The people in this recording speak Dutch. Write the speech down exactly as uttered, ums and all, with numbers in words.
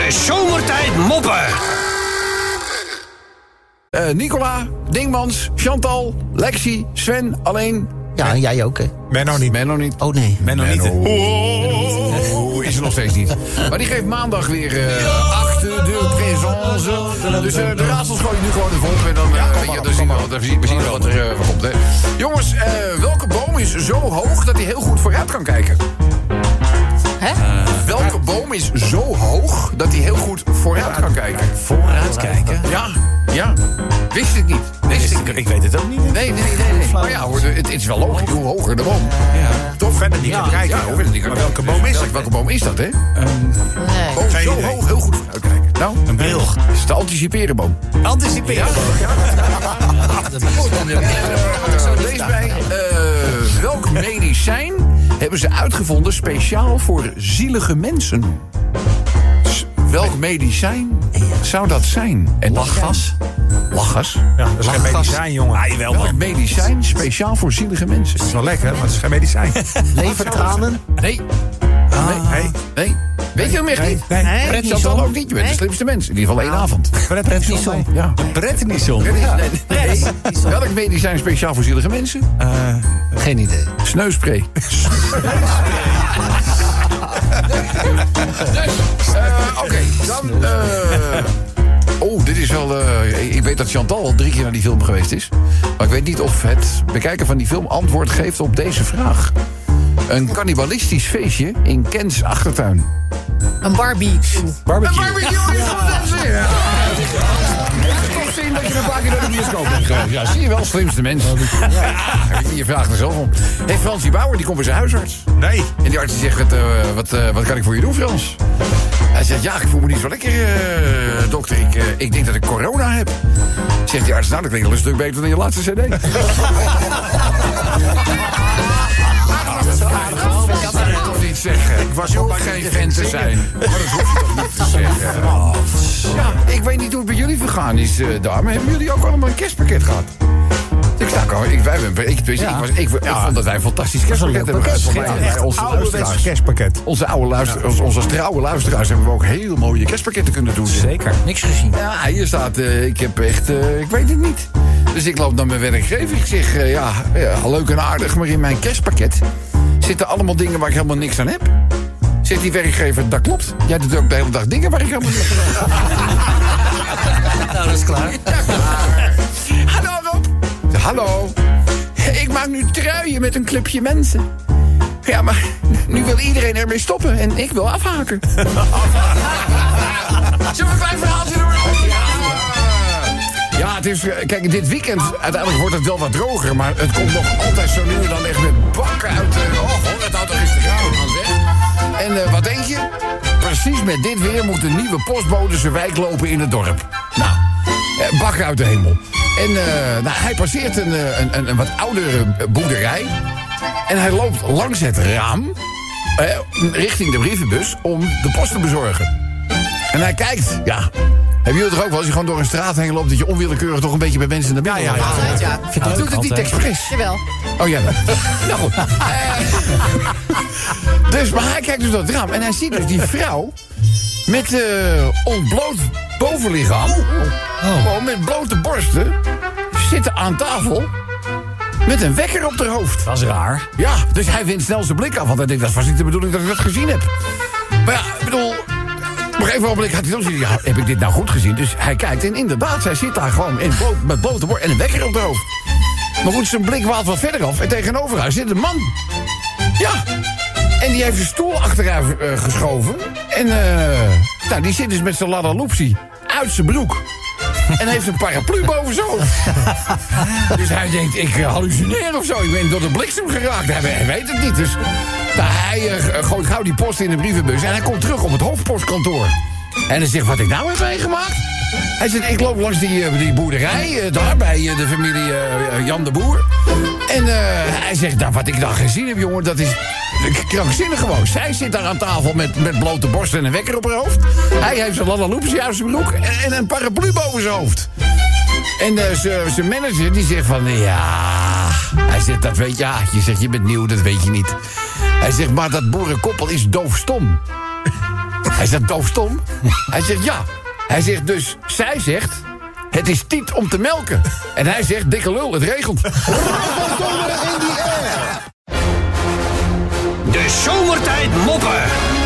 Zomertijd moppen. Uh, Nicola, Dingmans, Chantal, Lexi, Sven, alleen... Ja, en jij ook, hè? Menno niet. Menno niet. Oh, nee. Menno niet. Oh, is er nog steeds niet. Maar die geeft maandag weer uh, acte de présence. Dus uh, de raadsels gooi je nu gewoon even op. En dan, uh, ja, weet je, dan zien we, wat, we zien, we zien wel wat er uh, komt. Hè. Jongens, uh, welke boom is zo hoog dat hij heel goed vooruit kan kijken? Hè? Uh, welke boom is zo hoog dat hij heel goed vooruit kan kijken? Vooruit kijken? Ja, ja. Wist ik niet. Wist ik, ik weet het ook niet. Nee, nee, nee. nee. Maar ja, hoor, het, het is wel logisch. Hoe hoger de boom. Ja. Toch verder niet ja, gaan kijken. Ja, ja. Niet maar welke boom is dat? Welke boom is dat, hè? Um, nee. Boom zo idee. Hoog, heel goed vooruit kijken. Nou, een bril. Het is de anticiperen boom. Anticiperen boom. Ja, ja. Uh, lees bij. Uh, welk medicijn hebben ze uitgevonden speciaal voor zielige mensen? Welk medicijn zou dat zijn? En lachgas? Lachgas? Ja, dat is geen medicijn, jongen. Ah, jawel, welk medicijn speciaal voor zielige mensen? Het is wel lekker, maar het is geen medicijn. Levertranen? Nee. Ah, nee. Nee. Weet je hem echt niet? Nee. nee. nee. Dat zal ook niet. Je bent de slimste mens. In ieder geval één avond. Prednison. Ja. Prednison. Nee. nee. Welk medicijn speciaal voor zielige mensen? Uh, geen idee. Sneuspray. Dus, uh, oké, okay, dan... Uh, oh, dit is wel... Uh, ik weet dat Chantal al drie keer naar die film geweest is. Maar ik weet niet of het bekijken van die film antwoord geeft op deze vraag. Een cannibalistisch feestje in Kens achtertuin. Een barbecue. Barbecue. Een barbecue, ja. Ja. Toch zien dat je een paar keer naar de bioscoop bent geweest. Ja, zie je wel, slimste mens. Ja, je vraagt er zelf om. Hé, hey, Fransie Bauer, die komt bij zijn huisarts. Nee. En die arts die zegt, wat, uh, wat, uh, wat kan ik voor je doen, Frans? Hij zegt, ja, ik voel me niet zo lekker, uh, dokter. Ik, uh, ik denk dat ik corona heb. Zegt die arts, nou, dat klinkt wel een stuk beter dan je laatste cd. Zeggen. Ik was ook geen fan te zijn. Maar dat hoef je toch niet te zeggen. Oh. Ja, ik weet niet hoe het bij jullie vergaan is, uh, daar. Maar hebben jullie ook allemaal een kerstpakket gehad? Ik sta ook al. Ik, wij, ik, ik, ik, ja. was, ik, ik ja. vond dat wij een fantastisch kerstpakket hebben gehad. Echt onze ouderwetse kerstpakket. Onze oude luister, ja. onze trouwe luisteraars hebben we ook heel mooie kerstpakketten kunnen doen. Zeker. Niks gezien. Ja, hier staat, uh, ik heb echt, uh, ik weet het niet. Dus ik loop naar mijn werkgever. Ik zeg, uh, ja, ja, leuk en aardig, maar in mijn kerstpakket zitten allemaal dingen waar ik helemaal niks aan heb. Zegt die werkgever, dat klopt. Jij doet ook de hele dag dingen waar ik helemaal niks aan heb. Nou, dat is klaar. Ja, klaar. Hallo Rob. Hallo. Ik maak nu truien met een clubje mensen. Ja, maar nu wil iedereen ermee stoppen en ik wil afhaken. Zullen we een klein verhaaltje doen? Ja, het is, kijk, dit weekend, uiteindelijk wordt het wel wat droger, maar het komt nog altijd zo nu en dan echt met bakken uit de... Oh, hoor, het houdt toch eens te gaan, man, zeg. En uh, wat denk je? Precies met dit weer moet een nieuwe postbode zijn wijk lopen in het dorp. Nou, uh, bakken uit de hemel. En uh, nou, hij passeert een, een, een, een wat oudere boerderij. En hij loopt langs het raam, uh, richting de brievenbus, om de post te bezorgen. En hij kijkt, ja... Hebben jullie toch ook wel, als je gewoon door een straat heen loopt, dat je onwillekeurig toch een beetje bij mensen naar binnen ja, ja, ja. Altijd, ja. ja. ja. Doet het niet expres? Jawel. Oh ja, nou, nou goed. Uh, dus, maar hij kijkt dus door het raam en hij ziet dus die vrouw met uh, ontbloot bovenlichaam, oh. gewoon met blote borsten, zitten aan tafel met een wekker op haar hoofd. Dat is raar. Ja, dus hij wint snel zijn blik af, want hij denkt, dat was niet de bedoeling dat ik dat gezien heb. Maar ja, ik bedoel... Op een gegeven moment had hij dan zoiets, ja, heb ik dit nou goed gezien? Dus hij kijkt en inderdaad, zij zit daar gewoon in bloot, met blote borst en een wekker op de hoofd. Maar goed, zijn blik waalt wat verder af en tegenover haar zit een man. Ja, en die heeft zijn stoel achteruit uh, geschoven. En uh, nou, die zit dus met zijn ladaloopsie uit zijn broek. En heeft een paraplu boven zijn hoofd. Dus hij denkt, ik uh, hallucineer of zo. Ik ben door de bliksem geraakt. Hij, hij weet het niet. Dus nou, hij uh, gooit gauw die post in de brievenbus. En hij komt terug op het hoofdpostkantoor. En hij zegt, wat ik nou heb meegemaakt? Hij zegt, ik loop langs die, uh, die boerderij. Uh, daar bij uh, de familie uh, Jan de Boer. En uh, hij zegt, nou, wat ik dan gezien heb, jongen, dat is krankzinnig gewoon. Zij zit daar aan tafel met, met blote borst en een wekker op haar hoofd. Hij heeft zijn lalaloopsie uit zijn broek en, en een paraplu boven zijn hoofd. En uh, zijn manager die zegt van, ja... Hij zegt, dat weet je, ja, je zegt, je bent nieuw, dat weet je niet. Hij zegt, maar dat boerenkoppel is doofstom. Hij zegt, doofstom? Hij zegt, ja. Hij zegt dus, zij zegt, het is tijd om te melken. En hij zegt, dikke lul, het regent. De zomertijd moppen.